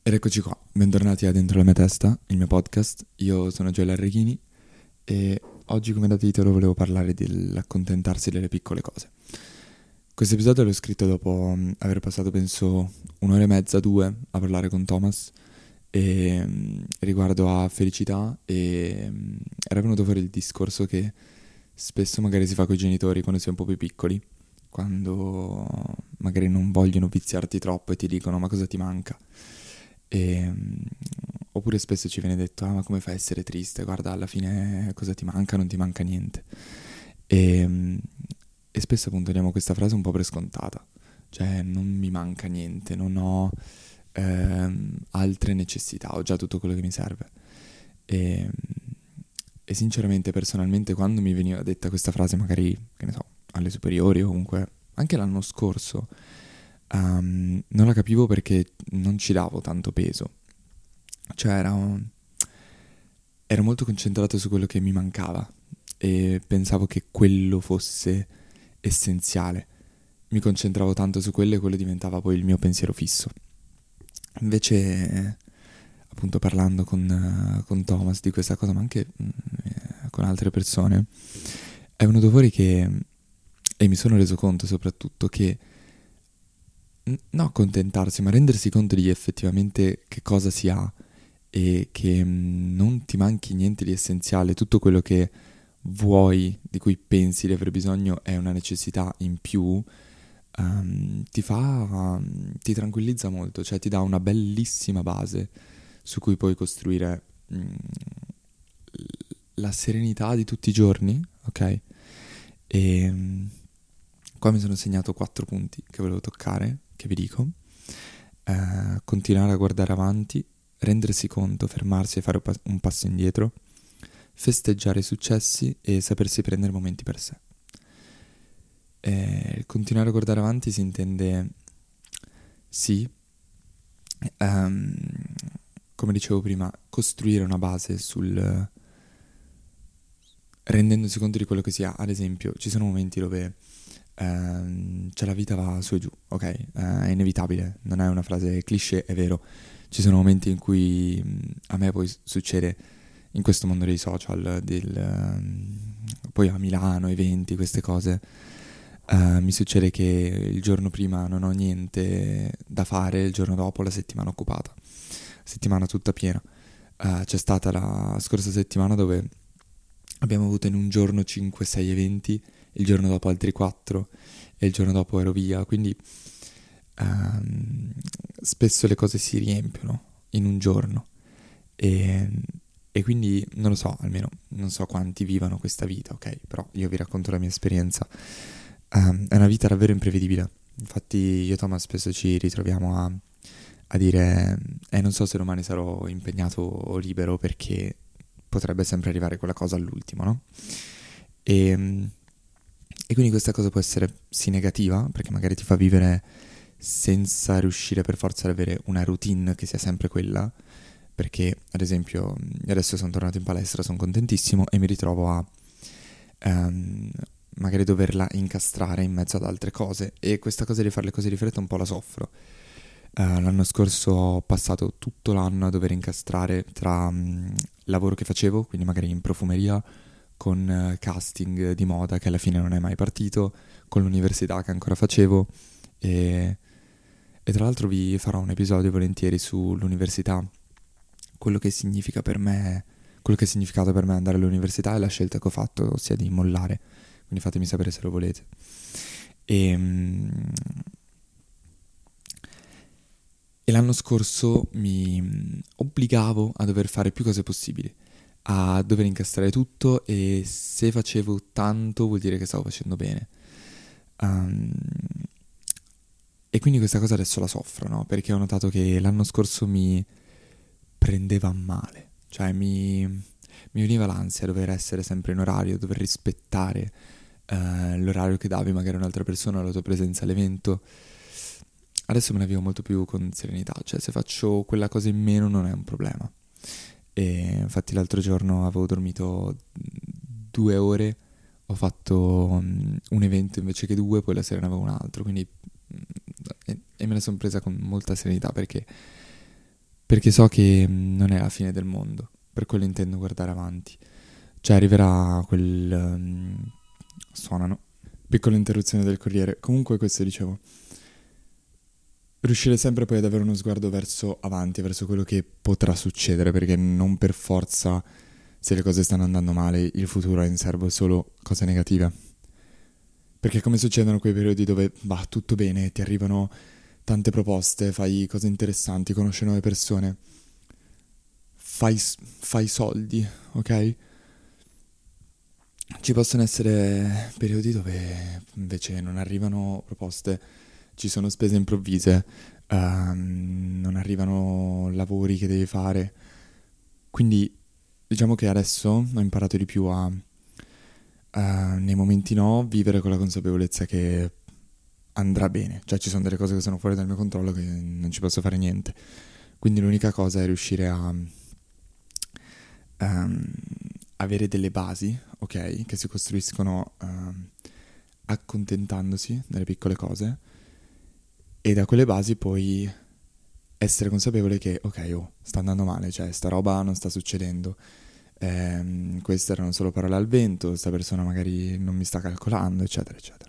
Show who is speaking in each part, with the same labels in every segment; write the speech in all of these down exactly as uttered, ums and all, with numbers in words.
Speaker 1: Ed eccoci qua, bentornati a Dentro la mia testa, il mio podcast. Io sono Gioele Arreghini e oggi, come da titolo, volevo parlare dell'accontentarsi delle piccole cose. Questo episodio l'ho scritto dopo mm, aver passato, penso, un'ora e mezza, due, a parlare con Thomas e, mm, riguardo a felicità e mm, era venuto fuori il discorso che spesso magari si fa con i genitori quando si è un po' più piccoli, quando magari non vogliono viziarti troppo e ti dicono ma cosa ti manca? E, mm, oppure spesso ci viene detto, ah ma come fai a essere triste? Guarda, alla fine cosa ti manca? Non ti manca niente. E, mm, e spesso appunto diamo questa frase un po' per scontata, cioè non mi manca niente, non ho ehm, altre necessità, ho già tutto quello che mi serve. E, e sinceramente, personalmente, quando mi veniva detta questa frase, magari, che ne so, alle superiori o comunque anche l'anno scorso, ehm, non la capivo perché non ci davo tanto peso. Cioè, era un- ero molto concentrato su quello che mi mancava e pensavo che quello fosse essenziale. Mi concentravo tanto su quello e quello diventava poi il mio pensiero fisso. Invece, appunto, parlando con, eh, con Thomas di questa cosa, ma anche mm, eh, con altre persone, è venuto fuori che, e mi sono reso conto soprattutto che, n- no accontentarsi, ma rendersi conto di effettivamente che cosa si ha e che mm, non ti manchi niente di essenziale, tutto quello che vuoi, di cui pensi di aver bisogno, è una necessità in più, ehm, ti fa, mm, ti tranquillizza molto, cioè ti dà una bellissima base su cui puoi costruire mm, la serenità di tutti i giorni, ok? E mm, qua mi sono segnato quattro punti che volevo toccare, che vi dico. Eh, continuare a guardare avanti, rendersi conto, fermarsi e fare un pa- un passo indietro, festeggiare i successi e sapersi prendere momenti per sé. Eh, continuare a guardare avanti si intende, sì, ehm, come dicevo prima, costruire una base sul rendendosi conto di quello che si ha. Ad esempio, ci sono momenti dove ehm, cioè la vita va su e giù, ok? Eh, è inevitabile, non è una frase cliché, è vero. Ci sono momenti in cui mh, a me poi s- succede in questo mondo dei social, del, ehm, poi a Milano, eventi, queste cose. Eh, mi succede che il giorno prima non ho niente da fare, il giorno dopo la settimana occupata, settimana tutta piena. Eh, c'è stata la scorsa settimana dove abbiamo avuto in un giorno cinque sei eventi, il giorno dopo altri quattro e il giorno dopo ero via, quindi ehm, spesso le cose si riempiono in un giorno e, e quindi non lo so, almeno non so quanti vivano questa vita, ok? Però io vi racconto la mia esperienza. Ehm, è una vita davvero imprevedibile, infatti io e Thomas spesso ci ritroviamo a, a dire eh non so se domani sarò impegnato o libero perché potrebbe sempre arrivare quella cosa all'ultimo, no? E, e quindi questa cosa può essere sì negativa, perché magari ti fa vivere senza riuscire per forza ad avere una routine che sia sempre quella, perché ad esempio adesso sono tornato in palestra, sono contentissimo e mi ritrovo a ehm, magari doverla incastrare in mezzo ad altre cose e questa cosa di fare le cose di fretta un po' la soffro. Eh, l'anno scorso ho passato tutto l'anno a dover incastrare tra mh, lavoro che facevo, quindi magari in profumeria, con eh, casting di moda che alla fine non è mai partito, con l'università che ancora facevo e, e tra l'altro vi farò un episodio volentieri sull'università, quello che significa per me, quello che è significato per me andare all'università e la scelta che ho fatto, ossia di mollare, quindi fatemi sapere se lo volete. E, mm, e l'anno scorso mi mm, obbligavo a dover fare più cose possibili, a dover incastrare tutto e se facevo tanto vuol dire che stavo facendo bene. Um, e quindi questa cosa adesso la soffro, no? Perché ho notato che l'anno scorso mi prendeva a male, cioè mi, mi veniva l'ansia dover essere sempre in orario, dover rispettare eh, l'orario che davi magari a un'altra persona, la tua presenza all'evento. Adesso me la vivo molto più con serenità, cioè se faccio quella cosa in meno non è un problema. E infatti l'altro giorno avevo dormito due ore, ho fatto mm, un evento invece che due, poi la sera ne avevo un altro, quindi mm, e, e me la sono presa con molta serenità perché perché so che mh, non è la fine del mondo, per quello intendo guardare avanti. Cioè arriverà quel... um, suonano. Piccola interruzione del corriere. Comunque questo dicevo. Riuscire sempre poi ad avere uno sguardo verso avanti, verso quello che potrà succedere, perché non per forza, se le cose stanno andando male, il futuro ha in serbo solo cose negative. Perché come succedono quei periodi dove va tutto bene, ti arrivano tante proposte, fai cose interessanti, conosci nuove persone, fai, fai soldi, ok? Ci possono essere periodi dove invece non arrivano proposte, ci sono spese improvvise, ehm, non arrivano lavori che devi fare. Quindi diciamo che adesso ho imparato di più a, a, nei momenti no, vivere con la consapevolezza che andrà bene. Cioè ci sono delle cose che sono fuori dal mio controllo che non ci posso fare niente. Quindi l'unica cosa è riuscire a um, avere delle basi, ok, che si costruiscono um, accontentandosi delle piccole cose, e da quelle basi poi essere consapevole che, ok, oh, sta andando male, cioè sta roba non sta succedendo, ehm, queste erano solo parole al vento, sta persona magari non mi sta calcolando, eccetera, eccetera.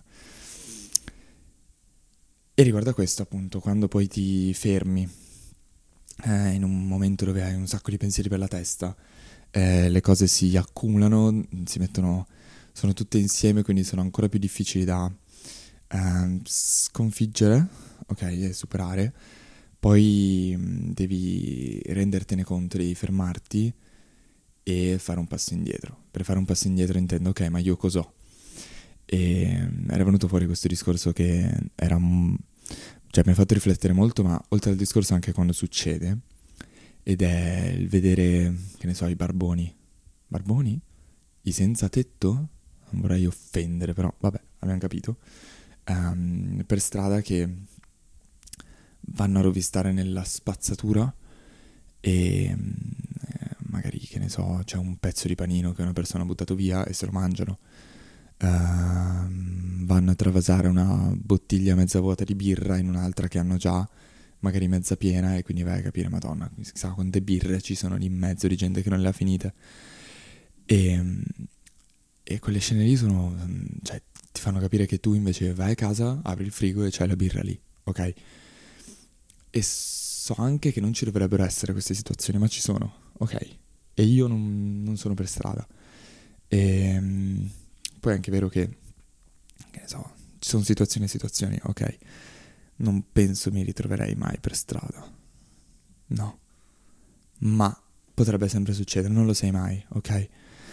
Speaker 1: E riguardo a questo, appunto, quando poi ti fermi eh, in un momento dove hai un sacco di pensieri per la testa, eh, le cose si accumulano, si mettono, sono tutte insieme, quindi sono ancora più difficili da eh, sconfiggere, ok, e superare. Poi mh, devi rendertene conto, devi fermarti e fare un passo indietro. Per fare un passo indietro intendo, ok, ma io cos'ho? E mh, era venuto fuori questo discorso che era... mh, cioè mi ha fatto riflettere molto, ma oltre al discorso anche quando succede, ed è il vedere, che ne so, i barboni. Barboni? I senza tetto? Non vorrei offendere, però vabbè, abbiamo capito. Um, per strada che vanno a rovistare nella spazzatura e eh, magari, che ne so, c'è un pezzo di panino che una persona ha buttato via e se lo mangiano. Uh, vanno a travasare una bottiglia mezza vuota di birra in un'altra che hanno già magari mezza piena, e quindi vai a capire, madonna, chissà quante birre ci sono lì in mezzo di gente che non le ha finite. E, e quelle scene lì sono, cioè, ti fanno capire che tu invece vai a casa, apri il frigo e c'hai la birra lì, ok? E so anche che non ci dovrebbero essere queste situazioni, ma ci sono, ok? E io non, non sono per strada. E poi è anche vero che, che ne so, ci sono situazioni e situazioni, ok? Non penso mi ritroverei mai per strada. No. Ma potrebbe sempre succedere, non lo sai mai, ok?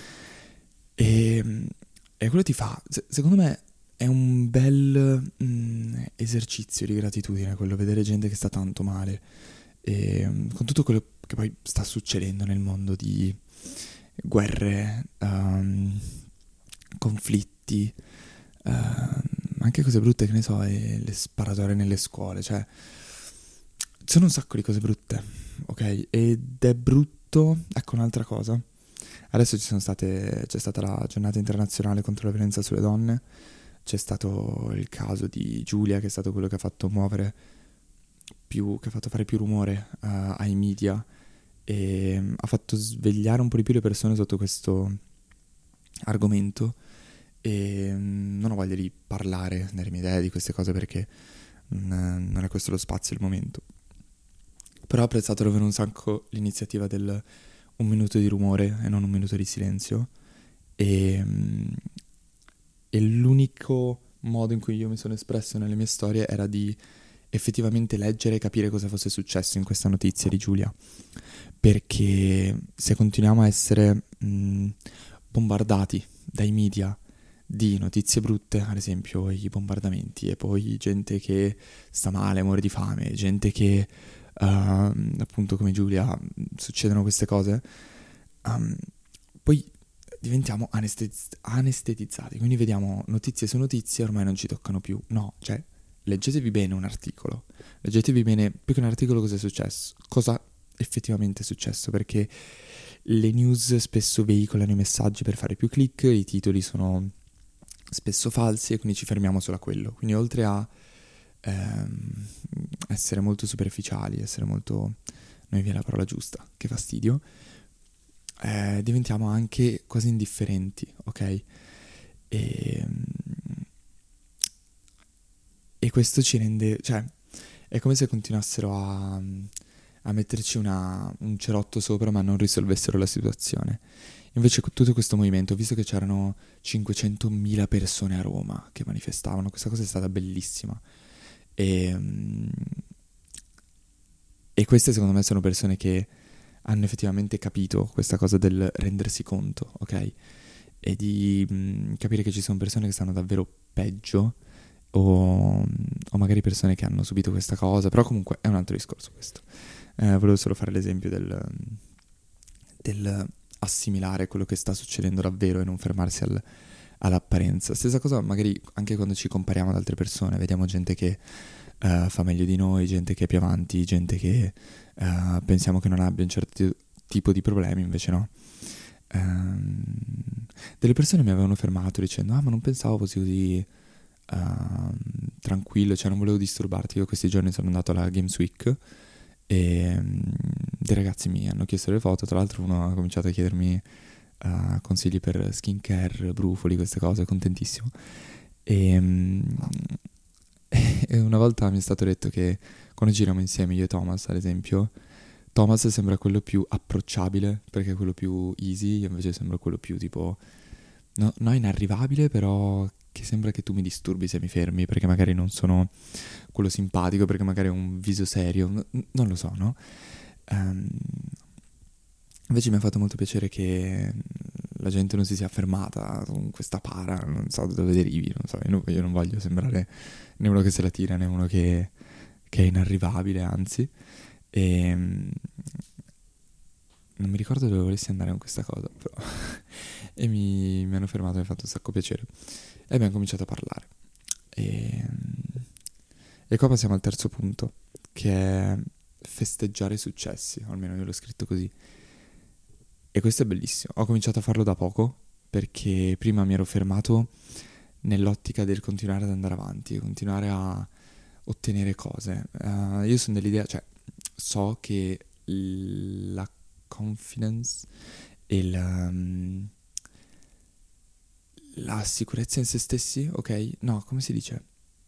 Speaker 1: E, e quello ti fa, se- secondo me è un bel mm, esercizio di gratitudine quello, vedere gente che sta tanto male, e, mm, con tutto quello che poi sta succedendo nel mondo di guerre, um, conflitti, uh, anche cose brutte, che ne so, e le sparatorie nelle scuole, cioè ci sono un sacco di cose brutte, ok? Ed è brutto, ecco un'altra cosa. Adesso ci sono state, c'è stata la giornata internazionale contro la violenza sulle donne, c'è stato il caso di Giulia, che è stato quello che ha fatto muovere più, che ha fatto fare più rumore uh, ai media, e um, ha fatto svegliare un po' di più le persone sotto questo argomento, e um, non ho voglia di parlare nelle mie idee di queste cose perché non, non è questo lo spazio, il momento. Però ho apprezzato davvero un sacco l'iniziativa del un minuto di rumore e non un minuto di silenzio, e, e l'unico modo in cui io mi sono espresso nelle mie storie era di effettivamente leggere e capire cosa fosse successo in questa notizia di Giulia, perché se continuiamo a essere mh, bombardati dai media di notizie brutte, ad esempio i bombardamenti, e poi gente che sta male, muore di fame, gente che Uh, appunto come Giulia succedono queste cose, um, poi diventiamo anestetiz- anestetizzati, quindi vediamo notizie su notizie, ormai non ci toccano più. No, cioè leggetevi bene un articolo, leggetevi bene più che un articolo cosa è successo, cosa effettivamente è successo, perché le news spesso veicolano i messaggi per fare più click, i titoli sono spesso falsi e quindi ci fermiamo solo a quello. Quindi oltre a ehm, essere molto superficiali, essere molto non mi viene la parola giusta, che fastidio, eh, diventiamo anche quasi indifferenti, ok? E, e questo ci rende, cioè, è come se continuassero a, a metterci una, un cerotto sopra ma non risolvessero la situazione. Invece tutto questo movimento, visto che c'erano cinquecentomila persone a Roma che manifestavano, questa cosa è stata bellissima. E, e queste secondo me sono persone che hanno effettivamente capito questa cosa del rendersi conto, ok? E di mh, capire che ci sono persone che stanno davvero peggio o, o magari persone che hanno subito questa cosa, però comunque è un altro discorso questo. Eh, volevo solo fare l'esempio del, del assimilare quello che sta succedendo davvero e non fermarsi al, all'apparenza. Stessa cosa magari anche quando ci compariamo ad altre persone, vediamo gente che uh, fa meglio di noi, gente che è più avanti, gente che uh, pensiamo che non abbia un certo t- tipo di problemi, invece no. Um, delle persone mi avevano fermato dicendo ah ma non pensavo fossi così uh, tranquillo, cioè non volevo disturbarti. Io questi giorni sono andato alla Games Week e um, dei ragazzi mi hanno chiesto le foto, tra l'altro uno ha cominciato a chiedermi uh, consigli per skincare, brufoli, queste cose, contentissimo. E, um, e una volta mi è stato detto che quando giriamo insieme io e Thomas ad esempio, Thomas sembra quello più approcciabile perché è quello più easy, io invece sembro quello più tipo no, no inarrivabile, però che sembra che tu mi disturbi se mi fermi perché magari non sono quello simpatico, perché magari ho un viso serio, n- non lo so, no? Um, invece mi ha fatto molto piacere che la gente non si sia fermata con questa para, non so da dove derivi, non so, io non, io non voglio sembrare né uno che se la tira né uno che, che è inarrivabile, anzi. E non mi ricordo dove volessi andare con questa cosa, però e mi, mi hanno fermato, mi ha fatto un sacco piacere e abbiamo cominciato a parlare e, e qua passiamo al terzo punto, che è festeggiare i successi, o almeno io l'ho scritto così, e questo è bellissimo. Ho cominciato a farlo da poco perché prima mi ero fermato nell'ottica del continuare ad andare avanti, continuare a ottenere cose. Uh, io sono dell'idea, cioè so che la confidence e la, um, la sicurezza in se stessi, ok? No, come si dice?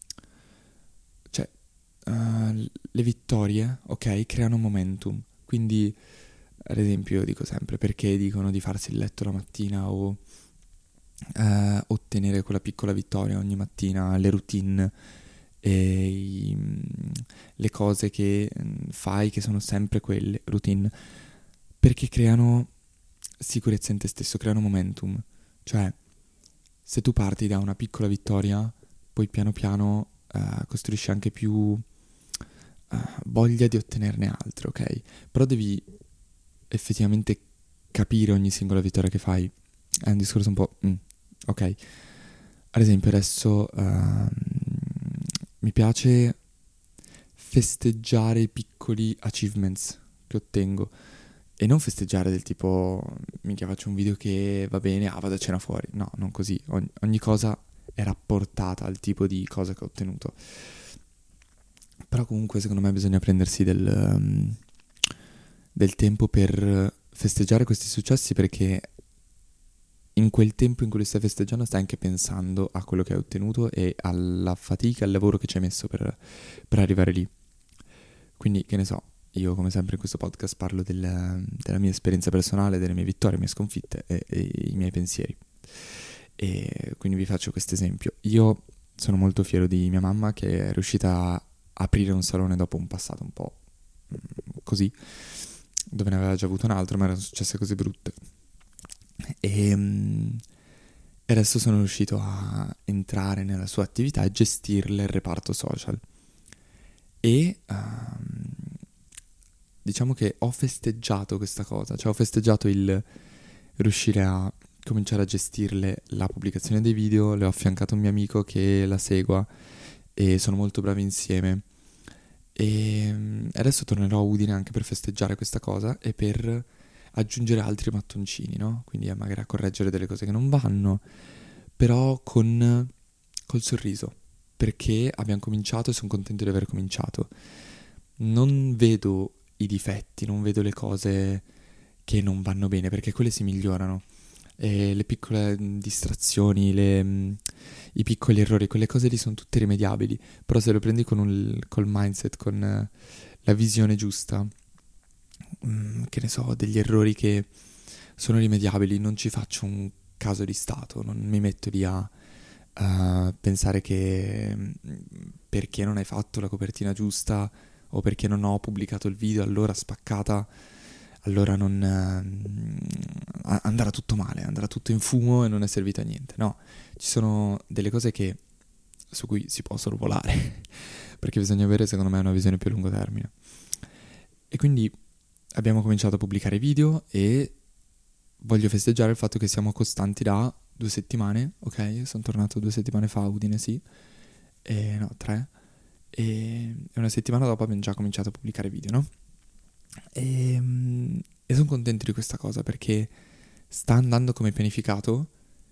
Speaker 1: Cioè, uh, le vittorie, ok, creano momentum. Quindi, ad esempio, io dico sempre perché dicono di farsi il letto la mattina o uh, ottenere quella piccola vittoria ogni mattina, le routine e i, le cose che fai che sono sempre quelle routine, perché creano sicurezza in te stesso, creano momentum. Cioè se tu parti da una piccola vittoria poi piano piano uh, costruisci anche più uh, voglia di ottenerne altre, ok? Però devi effettivamente capire ogni singola vittoria che fai. È un discorso un po' mm, ok. Ad esempio adesso uh, mi piace festeggiare i piccoli achievements che ottengo e non festeggiare del tipo minchia faccio un video che va bene, ah vado a cena fuori, no, non così. Ogni, ogni cosa è rapportata al tipo di cosa che ho ottenuto, però comunque secondo me bisogna prendersi del, um, del tempo per festeggiare questi successi, perché in quel tempo in cui li stai festeggiando stai anche pensando a quello che hai ottenuto e alla fatica, al lavoro che ci hai messo per, per arrivare lì. Quindi, che ne so, io come sempre in questo podcast parlo del, della mia esperienza personale, delle mie vittorie, le mie sconfitte e, e i miei pensieri. E quindi vi faccio questo esempio. Io sono molto fiero di mia mamma che è riuscita a aprire un salone dopo un passato un po' così, dove ne aveva già avuto un altro, ma erano successe cose brutte. E, e adesso sono riuscito a entrare nella sua attività e gestirle il reparto social. E um, diciamo che ho festeggiato questa cosa, cioè ho festeggiato il riuscire a cominciare a gestirle la pubblicazione dei video, le ho affiancato un mio amico che la segua e sono molto bravi insieme. E adesso tornerò a Udine anche per festeggiare questa cosa e per aggiungere altri mattoncini, no? Quindi magari a correggere delle cose che non vanno, però con col sorriso, perché abbiamo cominciato e sono contento di aver cominciato. Non vedo i difetti, non vedo le cose che non vanno bene, perché quelle si migliorano. E le piccole mh, distrazioni, le, mh, i piccoli errori, quelle cose lì sono tutte rimediabili, però se lo prendi con un, col mindset, con eh, la visione giusta, mh, che ne so, degli errori che sono rimediabili, non ci faccio un caso di stato, non mi metto lì a uh, pensare che mh, perché non hai fatto la copertina giusta o perché non ho pubblicato il video allora spaccata, allora non eh, andrà tutto male, andrà tutto in fumo e non è servito a niente. No, ci sono delle cose che su cui si può sorvolare perché bisogna avere, secondo me, una visione più a lungo termine. E quindi abbiamo cominciato a pubblicare video e voglio festeggiare il fatto che siamo costanti da due settimane, ok? Sono tornato due settimane fa a Udine, sì, e no, tre, e una settimana dopo abbiamo già cominciato a pubblicare video, no? E, e sono contento di questa cosa perché sta andando come pianificato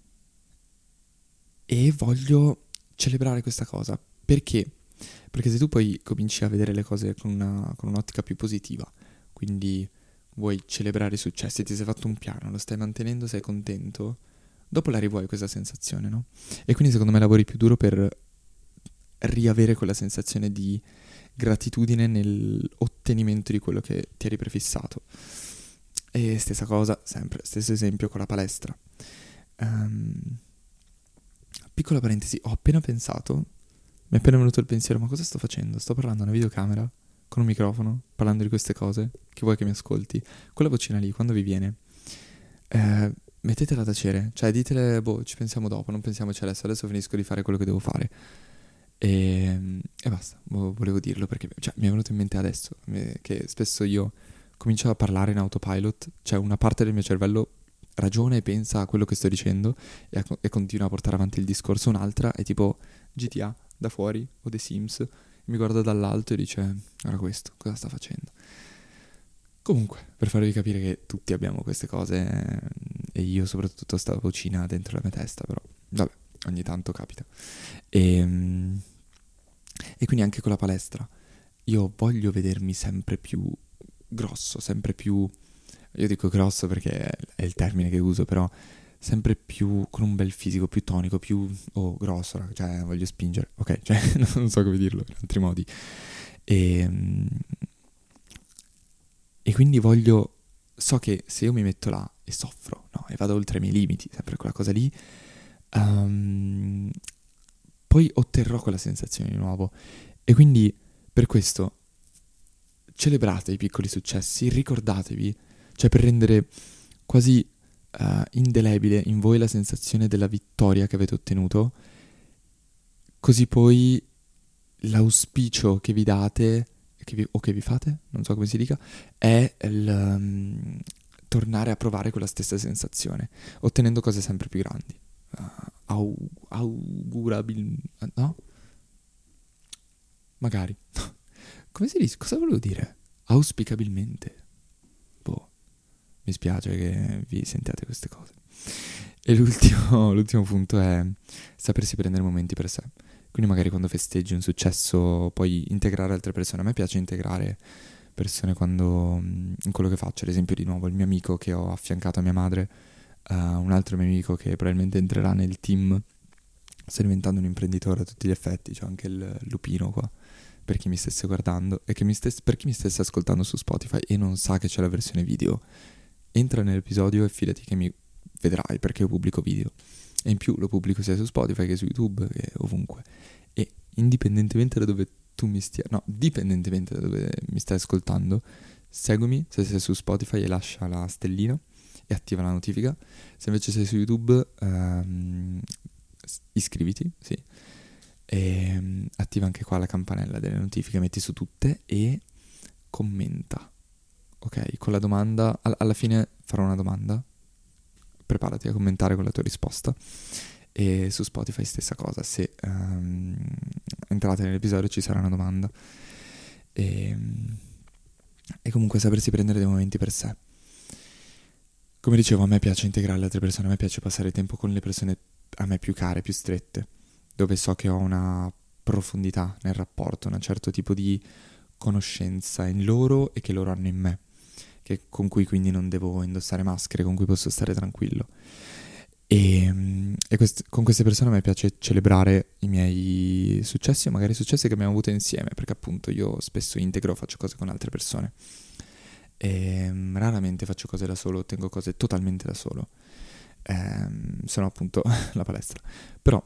Speaker 1: e voglio celebrare questa cosa. Perché? Perché se tu poi cominci a vedere le cose con, una, con un'ottica più positiva, quindi vuoi celebrare i successi, ti sei fatto un piano, lo stai mantenendo, sei contento, dopo la rivuoi questa sensazione, no? E quindi secondo me lavori più duro per riavere quella sensazione di gratitudine nell'ottenimento di quello che ti eri prefissato. E stessa cosa, sempre, stesso esempio con la palestra. Um, piccola parentesi, ho appena pensato, mi è appena venuto il pensiero, ma cosa sto facendo? Sto parlando a una videocamera, con un microfono, parlando di queste cose, che vuoi che mi ascolti? Quella vocina lì, quando vi viene, eh, mettetela a tacere, cioè ditele, boh, ci pensiamo dopo, non pensiamoci adesso, adesso finisco di fare quello che devo fare. E, e basta, volevo dirlo perché cioè, mi è venuto in mente adesso che spesso io comincio a parlare in autopilot, cioè una parte del mio cervello ragiona e pensa a quello che sto dicendo e, a, e continua a portare avanti il discorso, un'altra è tipo G T A da fuori o The Sims, mi guarda dall'alto e dice guarda questo, cosa sta facendo? Comunque, per farvi capire che tutti abbiamo queste cose e io soprattutto sta vocina dentro la mia testa, però vabbè, ogni tanto capita. E... E quindi anche con la palestra io voglio vedermi sempre più grosso, sempre più, io dico grosso perché è il termine che uso, però sempre più con un bel fisico, più tonico, più oh, grosso, cioè voglio spingere, ok, cioè non so come dirlo in altri modi. E, e quindi voglio, so che se io mi metto là e soffro, no, e vado oltre i miei limiti, sempre quella cosa lì, um, poi otterrò quella sensazione di nuovo. E quindi per questo celebrate i piccoli successi, ricordatevi, cioè per rendere quasi uh, indelebile in voi la sensazione della vittoria che avete ottenuto, così poi l'auspicio che vi date che vi, o che vi fate, non so come si dica, è il um, tornare a provare quella stessa sensazione, ottenendo cose sempre più grandi. Uh, au, augurabilmente, no? Magari. Come si dice? Cosa volevo dire? Auspicabilmente. Boh, mi spiace che vi sentiate queste cose. E l'ultimo, l'ultimo punto è sapersi prendere momenti per sé. Quindi magari quando festeggi un successo puoi integrare altre persone. A me piace integrare persone quando in quello che faccio. Ad esempio, di nuovo, il mio amico che ho affiancato a mia madre, uh, un altro mio amico che probabilmente entrerà nel team. Sto diventando un imprenditore a tutti gli effetti. C'ho anche il lupino qua, per chi mi stesse guardando e che mi stesse, per chi mi stesse ascoltando su Spotify e non sa che c'è la versione video, entra nell'episodio e fidati che mi vedrai perché io pubblico video. E in più lo pubblico sia su Spotify che su YouTube che ovunque. E indipendentemente da dove tu mi stia, no, dipendentemente da dove mi stai ascoltando, seguimi se sei su Spotify e lascia la stellina e attiva la notifica. Se invece sei su YouTube, ehm, iscriviti, sì. E attiva anche qua la campanella delle notifiche, metti su tutte e commenta. Ok, con la domanda, all- alla fine farò una domanda. Preparati a commentare con la tua risposta. E su Spotify stessa cosa, se um, entrate nell'episodio ci sarà una domanda. E, e comunque sapersi prendere dei momenti per sé. Come dicevo, a me piace integrare le altre persone, a me piace passare tempo con le persone a me più care, più strette, dove so che ho una profondità nel rapporto, un certo tipo di conoscenza in loro e che loro hanno in me, che, con cui quindi non devo indossare maschere, con cui posso stare tranquillo. E, e quest- con queste persone a me piace celebrare i miei successi o magari i successi che abbiamo avuto insieme, perché appunto io spesso integro, faccio cose con altre persone e mm, raramente faccio cose da solo, ottengo cose totalmente da solo. Ehm, sono appunto la palestra. Però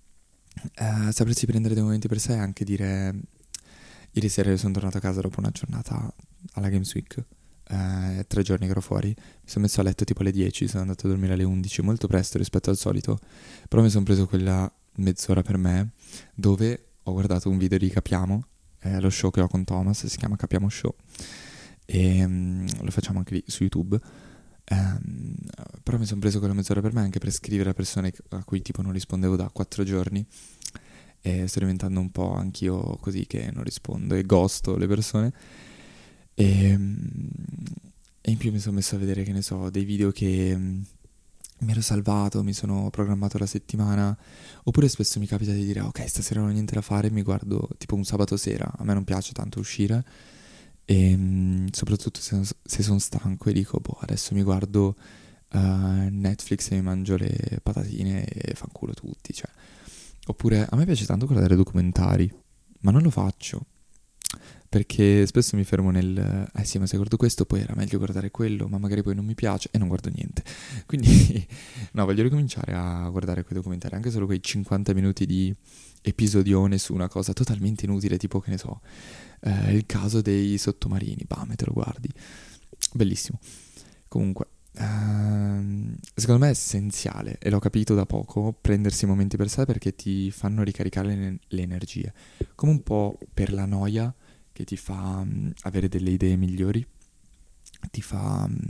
Speaker 1: eh, sapersi prendere dei momenti per sé e anche dire: ieri sera sono tornato a casa dopo una giornata alla Games Week, eh, tre giorni che ero fuori, mi sono messo a letto tipo alle dieci, sono andato a dormire alle undici, molto presto rispetto al solito, però mi sono preso quella mezz'ora per me dove ho guardato un video di Capiamo, eh, lo show che ho con Thomas, si chiama Capiamo Show, e mm, lo facciamo anche lì su YouTube. Ehm, però mi sono preso quella mezz'ora per me anche per scrivere a persone a cui tipo non rispondevo da quattro giorni, e sto diventando un po' anch'io così, che non rispondo e ghosto le persone. E, e in più mi sono messo a vedere, che ne so, dei video che mm, mi ero salvato, mi sono programmato la settimana, oppure spesso mi capita di dire: ok, stasera non ho niente da fare, mi guardo tipo un sabato sera, a me non piace tanto uscire, e mm, soprattutto se, se sono stanco e dico: boh, adesso mi guardo uh, Netflix e mi mangio le patatine e fanculo tutti, cioè. Oppure a me piace tanto guardare documentari, ma non lo faccio, perché spesso mi fermo nel: eh sì, ma se guardo questo poi era meglio guardare quello, ma magari poi non mi piace e non guardo niente. Quindi no, voglio ricominciare a guardare quei documentari, anche solo quei cinquanta minuti di episodione su una cosa totalmente inutile, tipo, che ne so, eh, il caso dei sottomarini, bam, te lo guardi, bellissimo. Comunque, ehm, secondo me è essenziale, e l'ho capito da poco, prendersi momenti per sé, perché ti fanno ricaricare le, le energie, come un po' per la noia, che ti fa um, avere delle idee migliori, ti fa um,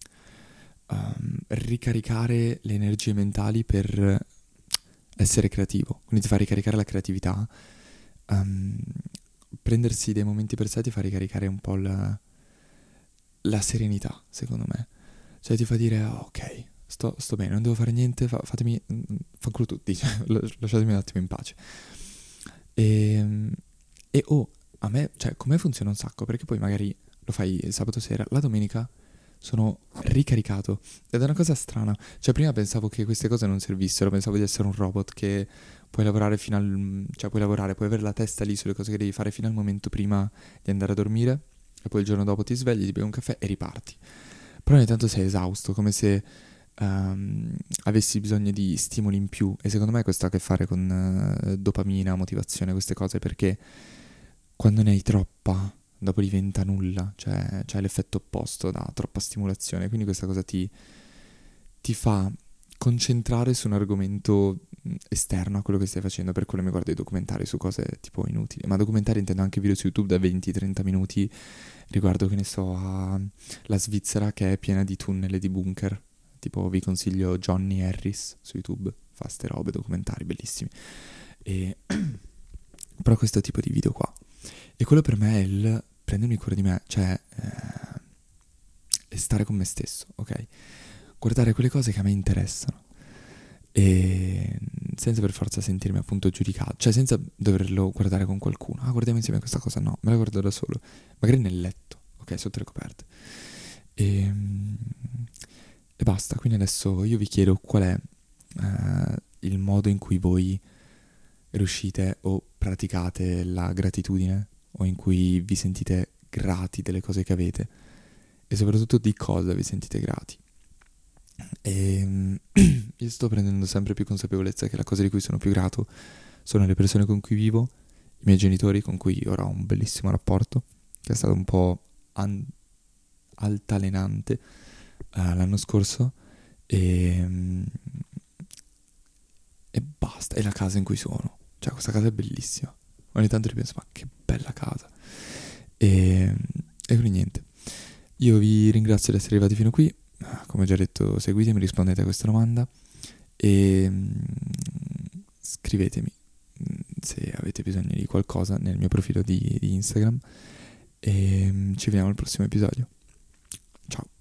Speaker 1: um, ricaricare le energie mentali per essere creativo, quindi ti fa ricaricare la creatività. Um, prendersi dei momenti per sé ti fa ricaricare un po' la, la serenità, secondo me. Cioè ti fa dire: oh, ok, sto, sto bene, non devo fare niente, fa, fatemi, fanculo tutti, cioè, lasciatemi un attimo in pace. E, e oh, a me, cioè, come funziona un sacco, perché poi magari lo fai il sabato sera, la domenica sono ricaricato, ed è una cosa strana. Cioè, prima pensavo che queste cose non servissero, pensavo di essere un robot che puoi lavorare fino al... cioè puoi lavorare, puoi avere la testa lì sulle cose che devi fare fino al momento prima di andare a dormire, e poi il giorno dopo ti svegli, ti bevi un caffè e riparti. Però ogni tanto sei esausto, come se um, avessi bisogno di stimoli in più, e secondo me questo ha a che fare con uh, dopamina, motivazione, queste cose, perché quando ne hai troppa, dopo diventa nulla, cioè c'è l'effetto opposto da troppa stimolazione, quindi questa cosa ti, ti fa concentrare su un argomento esterno a quello che stai facendo. Per quello mi guardo i documentari su cose tipo inutili, ma documentari intendo anche video su YouTube da venti trenta minuti riguardo, che ne so, a la Svizzera che è piena di tunnel e di bunker. Tipo, vi consiglio Johnny Harris su YouTube, fa ste robe, documentari bellissimi. E però questo tipo di video qua, e quello per me è il prendermi cura di me, cioè eh, è stare con me stesso, ok? Guardare quelle cose che a me interessano, e senza per forza sentirmi appunto giudicato, cioè senza doverlo guardare con qualcuno. Ah, guardiamo insieme questa cosa, no, me la guardo da solo, magari nel letto, ok, sotto le coperte, e, e basta. Quindi adesso io vi chiedo qual è eh, il modo in cui voi riuscite o praticate la gratitudine, o in cui vi sentite grati delle cose che avete, e soprattutto di cosa vi sentite grati. E io sto prendendo sempre più consapevolezza che la cosa di cui sono più grato sono le persone con cui vivo, i miei genitori, con cui ora ho un bellissimo rapporto, che è stato un po' an- altalenante uh, l'anno scorso, e, e basta, e la casa in cui sono, cioè questa casa è bellissima, ogni tanto ripenso: ma che bella casa. E, e quindi niente, io vi ringrazio di essere arrivati fino qui. Come ho già detto, seguitemi, rispondete a questa domanda e mm, scrivetemi mm, se avete bisogno di qualcosa nel mio profilo di, di Instagram, e mm, ci vediamo al prossimo episodio. Ciao.